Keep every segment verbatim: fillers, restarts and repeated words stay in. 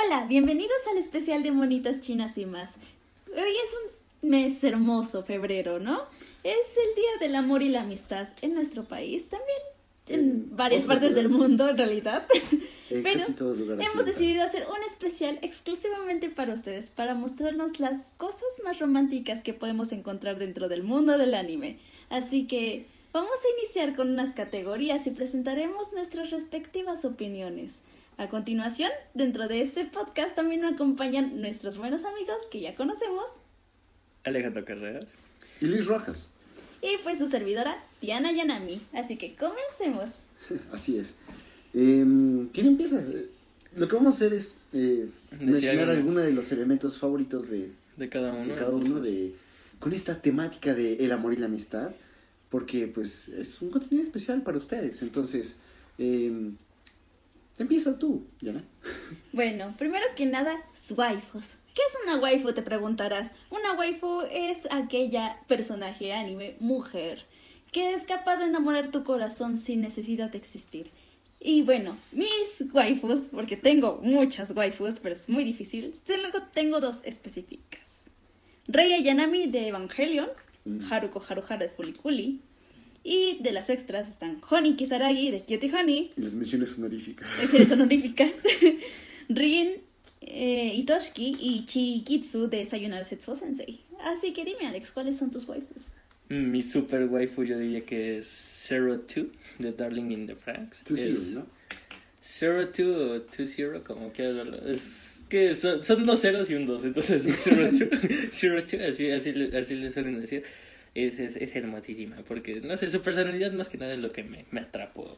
Hola, bienvenidos al especial de Monitas Chinas y más. Hoy es un mes hermoso, febrero, ¿no? Es el Día del Amor y la Amistad en nuestro país, también en eh, varias partes lugares. del mundo en realidad. En Pero casi todo lugar hemos así, decidido hacer un especial exclusivamente para ustedes, para mostrarnos las cosas más románticas que podemos encontrar dentro del mundo del anime. Así que vamos a iniciar con unas categorías y presentaremos nuestras respectivas opiniones. A continuación, dentro de este podcast también me acompañan nuestros buenos amigos que ya conocemos. Alejandro Carreras. Y Luis Rojas. Y pues su servidora, Diana Yanami. Así que comencemos. Así es. Eh, ¿Quién empieza? Lo que vamos a hacer es eh, mencionar algunos de los elementos favoritos de, de cada uno. De cada uno de, con esta temática de el amor y la amistad. Porque pues es un contenido especial para ustedes. Entonces... Eh, Empieza tú, Diana. Bueno, primero que nada, waifus. ¿Qué es una waifu? Te preguntarás. Una waifu es aquella personaje anime, mujer, que es capaz de enamorar tu corazón sin necesidad de existir. Y bueno, mis waifus, porque tengo muchas waifus, pero es muy difícil, luego tengo dos específicas. Rei Ayanami de Evangelion, mm. Haruko Haruhara de Fuliculi. Y de las extras están Honey Kisaragi de Cutie Honey. Y las menciones honoríficas. Menciones honoríficas. Rin eh, Itoshiki y Chirikitsu de Sayonara Setsuo Sensei. Así que dime, Alex, ¿cuáles son tus waifus? Mi super waifu yo diría que es Zero Two de Darling in the Franxx. Two Zero, ¿no? Zero Two o Two Zero, como quieras verlo. Es que son, son dos ceros y un dos, entonces Zero Two. Zero Two, así, así, así le suelen decir. Es, es, es hermosísima, porque, no sé, su personalidad más que nada es lo que me, me atrapó.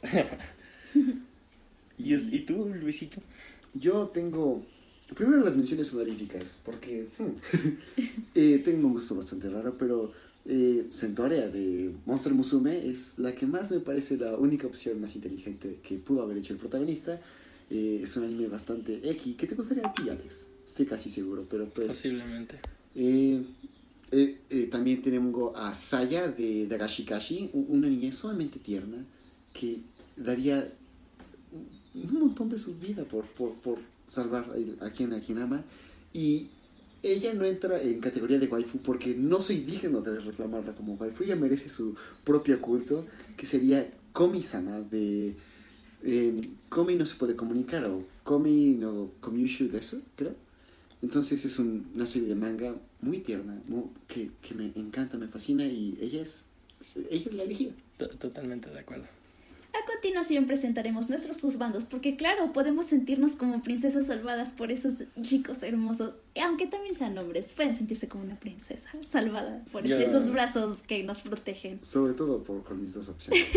¿Y, es, ¿Y tú, Luisito? Yo tengo, primero las menciones honoríficas, porque hmm, eh, tengo un gusto bastante raro, pero eh, Centaurea de Monster Musume es la que más me parece la única opción más inteligente que pudo haber hecho el protagonista. Eh, es un anime bastante X. ¿Qué te gustaría a ti, Alex? Estoy casi seguro, pero pues... Posiblemente. Eh... Eh, eh, también tenemos a Saya de Dagashikashi, una niña sumamente tierna que daría un montón de su vida por, por, por salvar a quien, a quien ama. Y ella no entra en categoría de waifu porque no soy digno de reclamarla como waifu. Ella merece su propio culto, que sería Komi-sama de eh, Komi no se puede comunicar, o Komi no Komyushu desu, creo. Entonces es un, una serie de manga muy tierna, muy, que, que me encanta, me fascina, y ella es, ella es la elegida. Totalmente de acuerdo. A continuación presentaremos nuestros juzbandos, porque claro, podemos sentirnos como princesas salvadas por esos chicos hermosos, aunque también sean hombres, pueden sentirse como una princesa salvada por yeah. esos brazos que nos protegen. Sobre todo por, con mis dos opciones.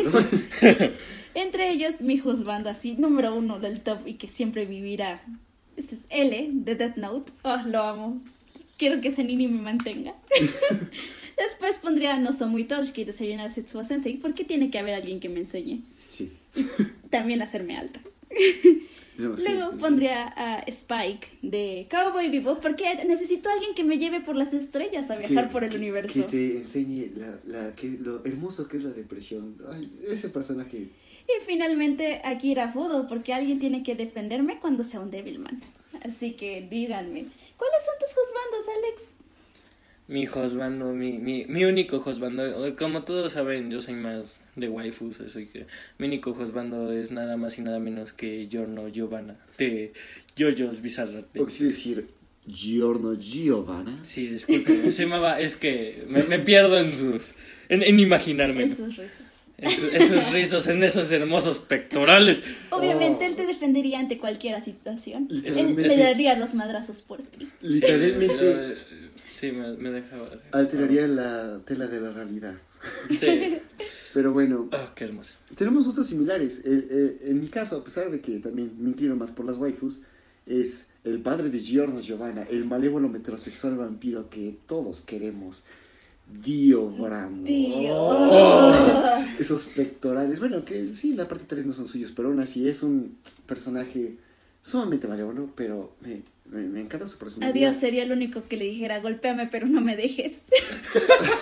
Entre ellos, mi juzbando así, número uno del top y que siempre vivirá. Este es L de Death Note. Oh, lo amo. Quiero que ese nini me mantenga. Después pondría a Nozomu Itoshiki de Sayonara Setsuo Sensei, porque tiene que haber alguien que me enseñe. Sí. También hacerme alta. No, sí, Luego sí. pondría a Spike de Cowboy Bebop, porque necesito a alguien que me lleve por las estrellas a viajar que, por el que, universo. Que te enseñe la, la, que, lo hermoso que es la depresión. Ay, ese personaje... Y finalmente Akira Fudo, porque alguien tiene que defenderme cuando sea un Devilman. Así que díganme, ¿cuáles son tus juzbandos, Alex? Mi juzbando, mi, mi, mi único juzbando, como todos saben, yo soy más de waifus, así que mi único juzbando es nada más y nada menos que Giorno Giovanna de JoJo's Bizarre Adventure. ¿O quise decir Giorno Giovanna? Sí, disculpe, se llamaba, es que me, me pierdo en sus, en, en imaginarme. Esos rizos. Esos, esos rizos, en esos hermosos pectorales. Obviamente oh. él te defendería ante cualquier situación. Él Literalmente. le daría los madrazos por ti. Literalmente. Sí, me, me dejaba. Alteraría la tela de la realidad. Sí. Pero bueno. Oh, qué hermoso. Tenemos gustos similares. Eh, eh, en mi caso, a pesar de que también me inclino más por las waifus, es el padre de Giorno Giovanna, el malévolo metrosexual vampiro que todos queremos. Dio Brando. Dio. Oh, esos pectorales. Bueno, que sí, la parte tres no son suyos, pero aún así es un personaje sumamente malévolo, pero me, me, me encanta su personalidad. Adiós sería el único que le dijera, golpéame pero no me dejes.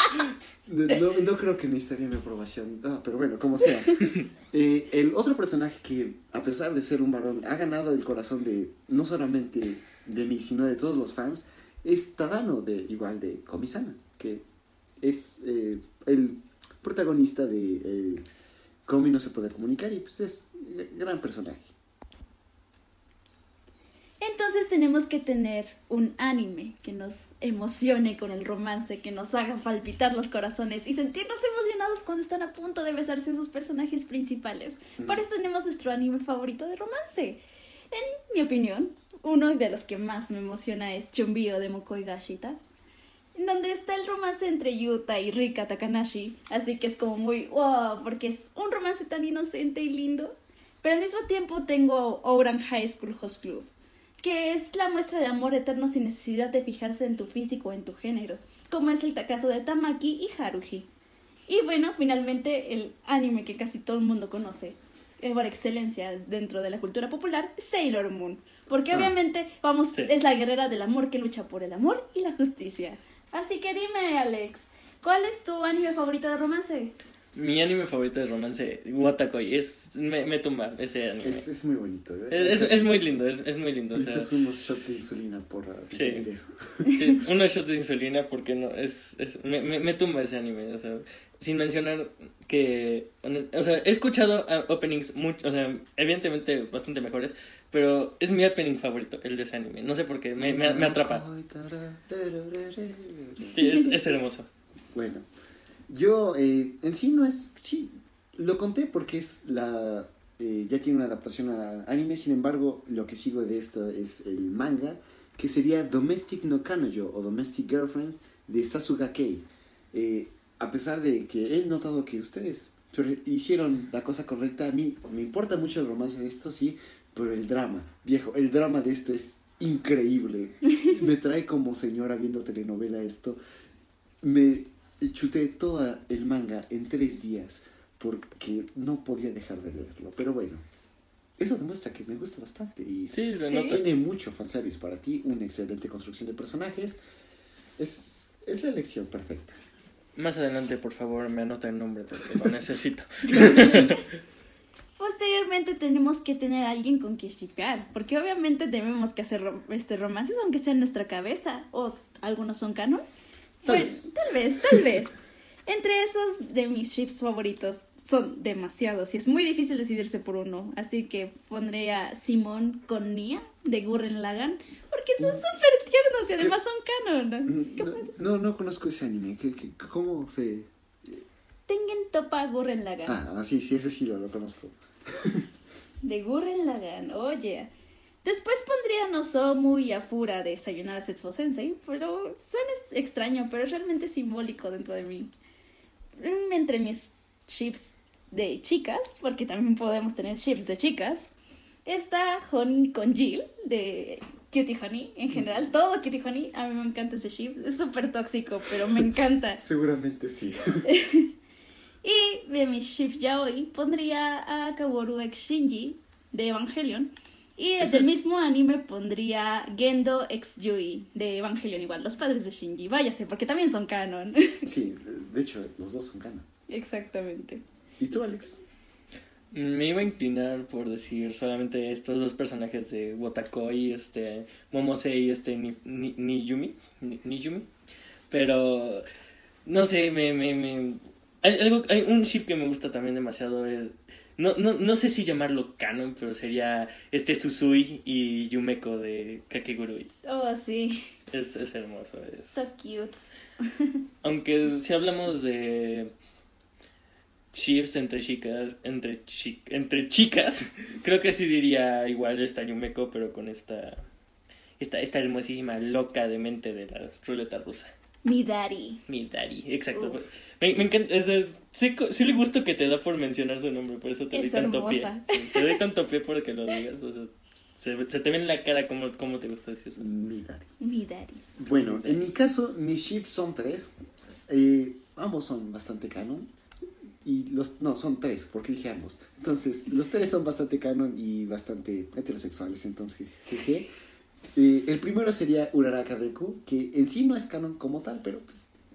No, no creo que necesitaría mi aprobación, ah, pero bueno, como sea. Eh, el otro personaje que, a pesar de ser un varón, ha ganado el corazón de no solamente de mí, sino de todos los fans, es Tadano, de, igual de Komi-sama, que es eh, el protagonista de eh, Komi no se puede comunicar y pues es un gran personaje. Entonces tenemos que tener un anime que nos emocione con el romance, que nos haga palpitar los corazones y sentirnos emocionados cuando están a punto de besarse sus personajes principales. Mm. Para eso tenemos nuestro anime favorito de romance. En mi opinión, uno de los que más me emociona es Chumbio de Mokoi Gashita, en donde está el romance entre Yuta y Rika Takanashi, así que es como muy wow, porque es un romance tan inocente y lindo. Pero al mismo tiempo tengo Ouran High School Host Club, que es la muestra de amor eterno sin necesidad de fijarse en tu físico o en tu género, como es el caso de Tamaki y Haruhi. Y bueno, finalmente el anime que casi todo el mundo conoce, eh, por excelencia dentro de la cultura popular, Sailor Moon, porque ah, obviamente vamos sí. es la guerrera del amor que lucha por el amor y la justicia. Así que dime, Alex, ¿cuál es tu anime favorito de romance? Mi anime favorito de romance, Watakoi, es, me, me tumba ese anime. Es, es muy bonito. ¿eh? Es, es, es muy lindo, es, es muy lindo. Necesitas o sea, unos shots de insulina por sí, eso. Sí, unos shots de insulina porque no, es, es me, me, me tumba ese anime, o sea, sin mencionar que, o sea, he escuchado openings, mucho, o sea, evidentemente bastante mejores, pero es mi opening favorito, el de ese anime, no sé por qué, me, me, me atrapa. Sí, es, es hermoso. Bueno. Yo, eh, en sí no es, sí, lo conté porque es la, eh, ya tiene una adaptación a anime, sin embargo, lo que sigo de esto es el manga, que sería Domestic no Kanojo o Domestic Girlfriend de Sasuga Kei. Eh, a pesar de que he notado que ustedes hicieron la cosa correcta, a mí me importa mucho el romance de esto, sí, pero el drama, viejo, el drama de esto es increíble. Me trae como señora viendo telenovela esto. Me... chuté todo el manga en tres días porque no podía dejar de leerlo. Pero bueno, eso demuestra que me gusta bastante y sí, sí. tiene mucho fanservice para ti, una excelente construcción de personajes. Es, es la elección perfecta. Más adelante, por favor, me anota el nombre porque lo necesito. Posteriormente tenemos que tener a alguien con quien shippear, porque obviamente tenemos que hacer rom- este romances aunque sea en nuestra cabeza, o algunos son canon. Tal Bueno, vez. tal vez, tal vez. Entre esos de mis ships favoritos son demasiados y es muy difícil decidirse por uno. Así que pondré a Simón con Nia de Gurren Lagann porque son súper tiernos y además son canon. No, no, no conozco ese anime. ¿Qué, qué, ¿Cómo se...? Tengen Toppa Gurren Lagann. Ah, sí, sí, ese sí lo, lo conozco. De Gurren Lagann, oye. Después pondría a Nozomu y a Fura de Sayonara Setsubo Sensei, pero suena extraño, pero es realmente simbólico dentro de mí. Entre mis ships de chicas, porque también podemos tener ships de chicas, está Honey con Jill de Cutie Honey. En general, todo Cutie Honey, a mí me encanta ese ship. Es súper tóxico, pero me encanta. Seguramente sí. Y de mis ships yaoi pondría a Kaworu x Shinji de Evangelion. Y desde el mismo anime pondría Gendo x Yui de Evangelion, igual, los padres de Shinji. Váyase, porque también son canon. Sí, de hecho, los dos son canon. Exactamente. ¿Y tú, Alex? Me iba a inclinar por decir solamente estos dos personajes de Wotakoi, este, Momosei y este ni, ni, Niyumi, ni, Niyumi. Pero, no sé, me... me, me hay, algo, hay un ship que me gusta también demasiado, es... No, no, no sé si llamarlo canon, pero sería este Susui y Yumeko de Kakegurui. Oh, sí. Es, es hermoso. Es... So cute. Aunque si hablamos de ships entre chicas, entre, chi- entre chicas, creo que sí diría igual esta Yumeko, pero con esta, esta, esta hermosísima loca de mente de la ruleta rusa. Midari. Midari, exacto. Uh. Me, me encanta, es, es, sí, sí le gusto que te da por mencionar su nombre, por eso te es doy tanto hermosa. pie. Te doy tanto pie porque lo digas, o sea, se, se te ve en la cara cómo, cómo te gusta decir eso. Midari. Midari. Bueno, en mi caso, mis ships son tres. Eh, ambos son bastante canon. Y los, no, son tres, porque dije ambos. Entonces, los tres son bastante canon y bastante heterosexuales, entonces, jeje. Eh, el primero sería Uraraka Deku, que en sí no es canon como tal, pero pues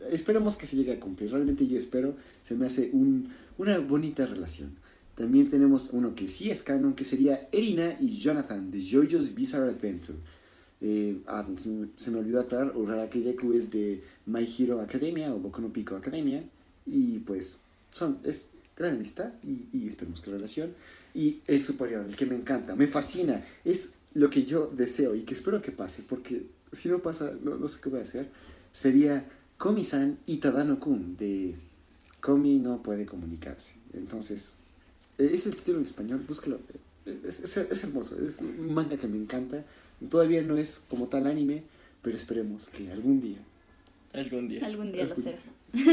esperemos que se llegue a cumplir. Realmente yo espero, se me hace un, una bonita relación. También tenemos uno que sí es canon, que sería Erina y Jonathan de JoJo's Bizarre Adventure. Eh, ah, se, me, se me olvidó aclarar, Uraraka Deku es de My Hero Academia o Boku no Pico Academia. Y pues son, es gran amistad y, y esperemos que la relación. Y el superior, el que me encanta, me fascina, es lo que yo deseo y que espero que pase, porque si no pasa, no, no sé qué voy a hacer. Sería Komi-san y Tadano-kun de Komi no puede comunicarse. Entonces, es el título en español, búscalo. Es, es, es hermoso, es un manga que me encanta. Todavía no es como tal anime, pero esperemos que algún día. Algún día. Algún día lo será.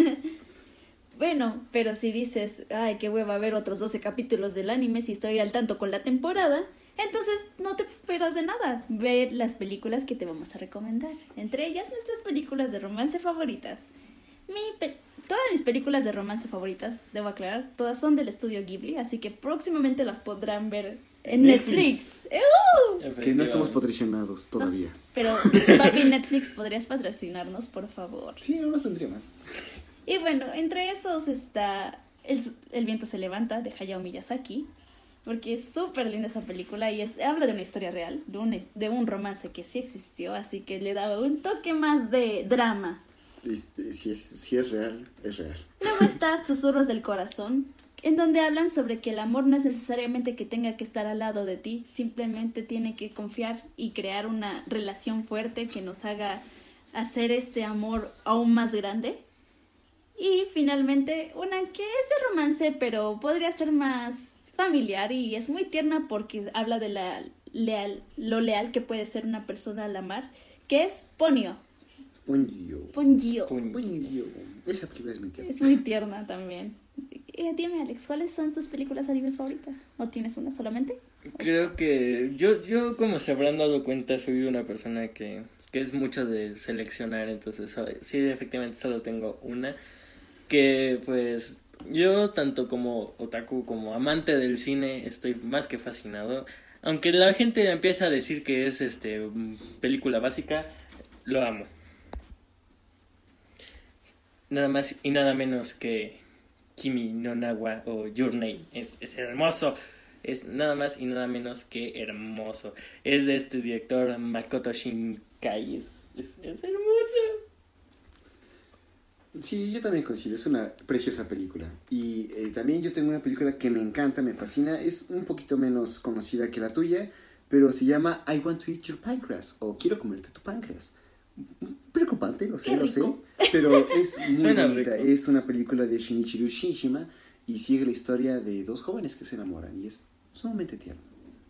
Bueno, pero si dices, ay, qué hueva ver otros doce capítulos del anime si estoy al tanto con la temporada, entonces no te esperas de nada. Ve las películas que te vamos a recomendar. Entre ellas, nuestras películas de romance favoritas. Mi pe- Todas mis películas de romance favoritas, debo aclarar, todas son del estudio Ghibli, así que próximamente las podrán ver en Netflix. Netflix. Que no estamos patrocinados todavía. No, pero, papi, Netflix, ¿podrías patrocinarnos, por favor? Sí, no nos vendría mal. Y bueno, entre esos está El, el viento se levanta, de Hayao Miyazaki, porque es súper linda esa película y es, habla de una historia real, de un, de un romance que sí existió, así que le da un toque más de drama. Este, si, es, si es real, es real. Luego está Susurros del Corazón, en donde hablan sobre que el amor no es necesariamente que tenga que estar al lado de ti, simplemente tiene que confiar y crear una relación fuerte que nos haga hacer este amor aún más grande. Y finalmente una que es de romance, pero podría ser más familiar y es muy tierna porque habla de la leal, lo leal que puede ser una persona al amar, que es Ponyo. Ponyo. Ponyo. Ponyo. Esa película es muy tierna. Es muy tierna también. Eh, dime, Alex, ¿cuáles son tus películas a nivel favorita? ¿O tienes una solamente? Creo que yo, yo como se habrán dado cuenta, soy una persona que, que es mucho de seleccionar, entonces sí, efectivamente solo tengo una, que pues yo tanto como otaku como amante del cine estoy más que fascinado, aunque la gente empieza a decir que es este película básica, lo amo. Nada más y nada menos que Kimi no Nawa o Your Name. Es, es hermoso. Es nada más y nada menos que hermoso. Es de este director Makoto Shinkai. Es, es, es hermoso. Sí, yo también considero, es una preciosa película. Y eh, también yo tengo una película que me encanta, me fascina. Es un poquito menos conocida que la tuya, pero se llama I Want to Eat Your Pancreas o Quiero comerte tu páncreas. Preocupante, lo sé, lo sé, pero es muy Suena bonita. rico. Es una película de Shinichiro Shinshima y sigue la historia de dos jóvenes que se enamoran y es sumamente tierno.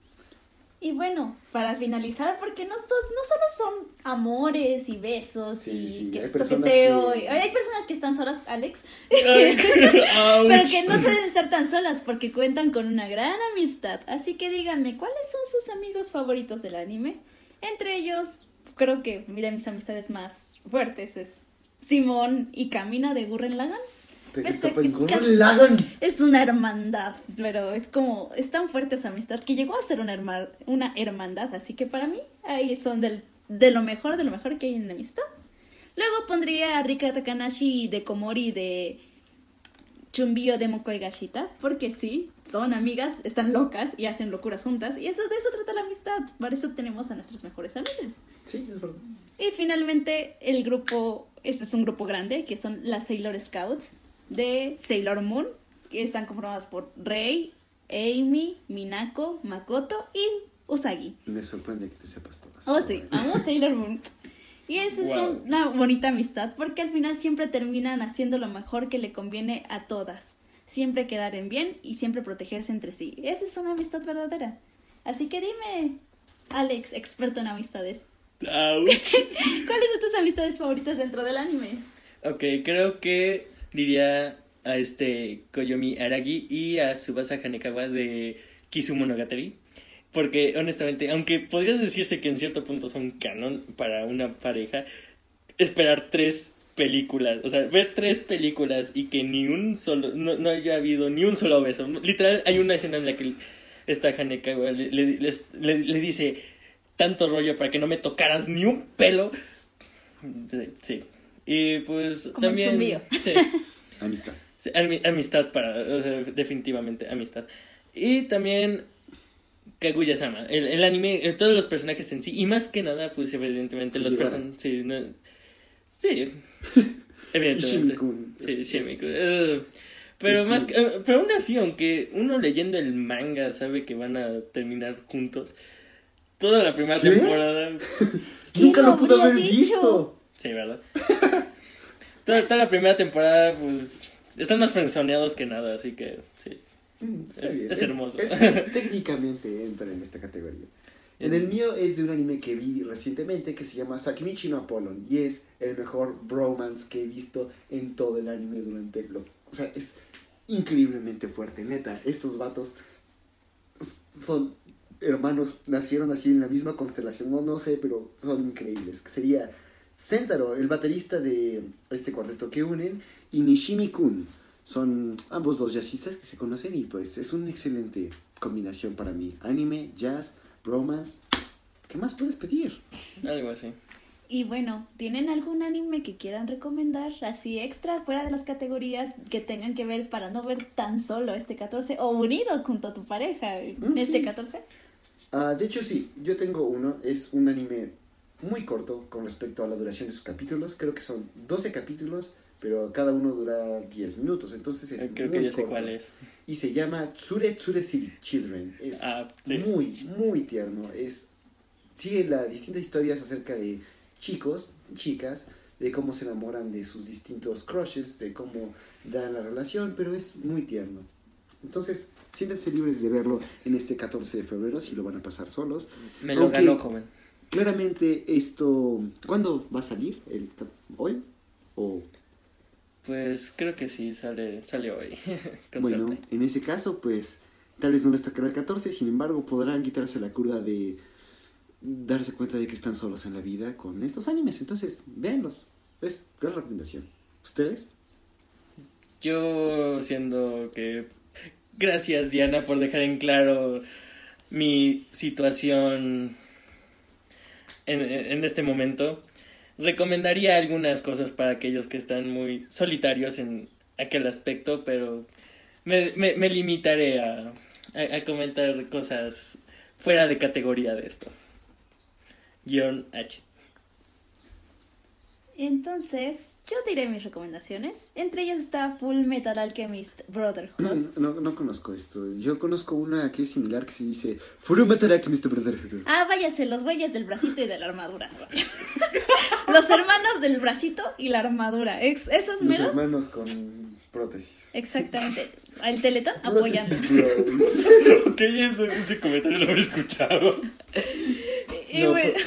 Y bueno, para finalizar, porque no, no solo son amores y besos Sí, y sí, que hay personas toqueteo, que- y- hay personas que están solas, Alex, Ouch. pero que no pueden estar tan solas porque cuentan con una gran amistad. Así que díganme, ¿cuáles son sus amigos favoritos del anime? Entre ellos, creo que de mis amistades más fuertes es Simón y Camina de Gurren Lagann. Te Este, escapa en es Gurren casi- Lagann. Es una hermandad, pero es como, es tan fuerte esa amistad que llegó a ser una, herma- una hermandad, así que para mí ahí son del, de lo mejor, de lo mejor que hay en la amistad. Luego pondría a Rika Takanashi de Komori de Chumbio de Mokoi Gashita, porque sí, son amigas, están locas y hacen locuras juntas, y eso de eso trata la amistad, para eso tenemos a nuestras mejores amigas. Sí, es verdad. Y finalmente el grupo, este es un grupo grande, que son las Sailor Scouts de Sailor Moon, que están conformadas por Rei, Amy, Minako, Makoto y Usagi. Me sorprende que te sepas todas. Oh sí, amo Sailor Moon. Y esa es Wow. una bonita amistad, porque al final siempre terminan haciendo lo mejor que le conviene a todas. Siempre quedar en bien y siempre protegerse entre sí. Esa es una amistad verdadera. Así que dime, Alex, experto en amistades, Ouch. ¿cuáles son tus amistades favoritas dentro del anime? Ok, creo que diría a este Koyomi Aragi y a Tsubasa Hanekawa de Kizumonogatari. Porque honestamente, aunque podría decirse que en cierto punto son canon para una pareja, esperar tres películas, o sea, ver tres películas y que ni un solo, no, no haya habido ni un solo beso. Literal, hay una escena en la que esta Hanekawa le, le, le, le, le dice tanto rollo para que no me tocaras ni un pelo. Sí. Y, Y pues Como el también... chumbío. Sí, Amistad. sí, ami- amistad para... O sea, definitivamente amistad. Y también Kaguya-sama. El, el anime, eh, todos los personajes en sí. Y más que nada, pues evidentemente los Fujiwara. personajes... Sí, no, sí. Evidentemente. Shimi-kun. Sí, Es- Shimi-kun. es- Uh, pero es- más que, uh, pero aún así, aunque uno leyendo el manga sabe que van a terminar juntos, toda la primera ¿Qué? temporada, Nunca ¿Quién lo lo pudo habría haber dicho? visto. sí, ¿verdad? toda, toda la primera temporada, pues, están más frenzoneados que nada, así que, sí. Mm, está Es- bien. es hermoso. es- técnicamente entra en esta categoría. En el mío es de un anime que vi recientemente que se llama Sakimichi no Apollon y es el mejor bromance que he visto en todo el anime durante lo... O sea, es increíblemente fuerte, neta. Estos vatos s- son hermanos, nacieron así en la misma constelación, no, no sé, pero son increíbles. Sería Sentaro, el baterista de este cuarteto que unen, y Nishimi-kun. Son ambos dos jazzistas que se conocen y pues es una excelente combinación para mí. Anime, jazz, bromance. ¿Qué más puedes pedir? Algo así. Y bueno, ¿tienen algún anime que quieran recomendar así extra fuera de las categorías que tengan que ver para no ver tan solo este catorce o unido junto a tu pareja en Mm, este sí. catorce? Ah, de hecho sí, yo tengo uno, es un anime muy corto con respecto a la duración de sus capítulos. Creo que son doce capítulos, pero cada uno dura diez minutos, entonces es Eh, Creo muy que ya sé corto. cuál es. Y se llama Tsure Tsure Children. Es Ah, sí. muy, muy tierno. Es, sigue las distintas historias acerca de chicos, chicas, de cómo se enamoran de sus distintos crushes, de cómo dan la relación, pero es muy tierno. Entonces, siéntanse libres de verlo en este catorce de febrero si lo van a pasar solos. Me lo Aunque ganó, joven. Claramente esto... ¿Cuándo va a salir? ¿El, ¿Hoy? ¿O...? Pues creo que sí, sale, sale hoy. Con Bueno, suerte. en ese caso, pues, tal vez no les tocará el catorce, sin embargo, podrán quitarse la cruda de darse cuenta de que están solos en la vida con estos animes. Entonces, véanlos. Es gran recomendación. ¿Ustedes? Yo siendo que... Gracias, Diana, por dejar en claro mi situación en, en este momento. Recomendaría algunas cosas para aquellos que están muy solitarios en aquel aspecto, pero me, me, me limitaré a, a, a comentar cosas fuera de categoría de esto. Guión H. Entonces, yo diré mis recomendaciones. Entre ellas está Full Metal Alchemist Brotherhood. No, no conozco esto. Yo conozco una que es similar que se dice Furumatara Alchemist Brotherhood. Ah, váyase, los güeyes del bracito y de la armadura. Los hermanos del bracito y la armadura. Ex- esos Los meros. hermanos con prótesis. Exactamente. El Teletón apoyando. Prótesis bros. Ok, eso, ese comentario lo había escuchado. Y No, bueno.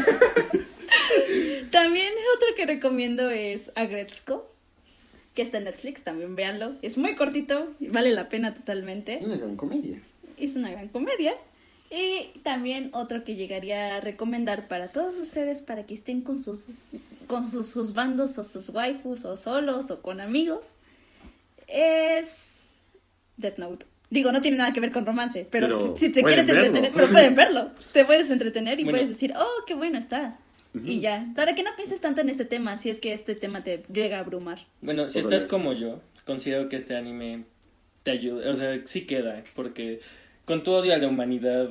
También otro que recomiendo es Agretzko, que está en Netflix, también véanlo. Es muy cortito, vale la pena totalmente. Una gran comedia. Es una gran comedia. Y también otro que llegaría a recomendar para todos ustedes, para que estén con sus, con sus, sus bandos o sus waifus o solos o con amigos, es Death Note. Digo, no tiene nada que ver con romance, pero, Pero si, si te pueden quieres entretener, verlo. pero pueden verlo. Te puedes entretener y Bueno. puedes decir, oh, qué bueno está. Ujú. Y ya, para que no pienses tanto en este tema, si es que este tema te llega a abrumar. Bueno, si Órale. estás como yo, considero que este anime te ayuda, o sea, sí queda, porque con tu odio a la humanidad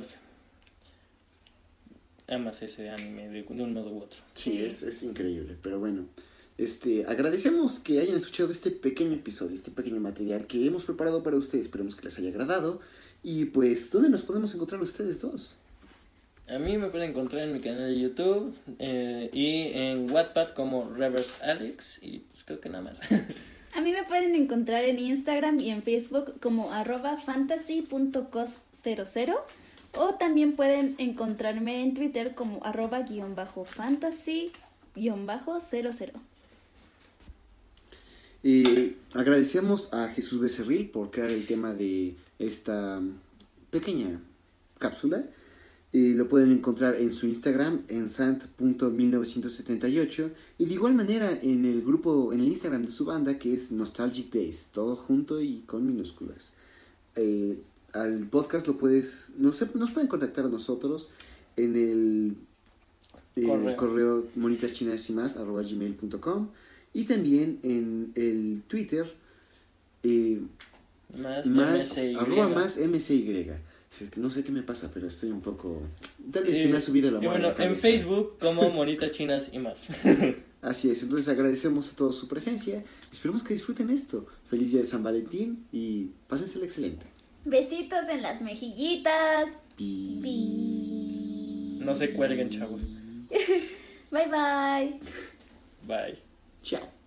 amas ese anime de, de un modo u otro. Sí, Sí. es, es increíble, pero bueno. Este, agradecemos que hayan escuchado este pequeño episodio, este pequeño material que hemos preparado para ustedes. Esperemos que les haya agradado. Y pues, ¿dónde nos podemos encontrar ustedes dos? A mí me pueden encontrar en mi canal de YouTube eh, y en Wattpad como Reverse Alex y pues creo que nada más. A mí me pueden encontrar en Instagram y en Facebook como arroba fantasy punto cos cero cero o también pueden encontrarme en Twitter como arroba guión bajo fantasy guión bajo cero cero. Eh, agradecemos a Jesús Becerril por crear el tema de esta pequeña cápsula. Eh, lo pueden encontrar en su Instagram en sant punto mil novecientos setenta y ocho y de igual manera en el grupo, en el Instagram de su banda que es Nostalgic Days, todo junto y con minúsculas. Eh, al podcast lo puedes, nos, nos pueden contactar a nosotros en el eh, Correo. correo monitaschinas y más arroba gmail punto com Y también en el Twitter, eh, Más, más M C Y. arroba más M C Y. No sé qué me pasa, pero estoy un poco... Tal vez Y- se me ha subido la y mano bueno, a la en cabeza. Facebook como Monitas Chinas y más. Así es, entonces agradecemos a todos su presencia. Esperemos que disfruten esto. Feliz día de San Valentín y pásensela excelente. Besitos en las mejillitas. Pi- Pi- No se cuelguen, chavos. Bye bye. Bye. Chao.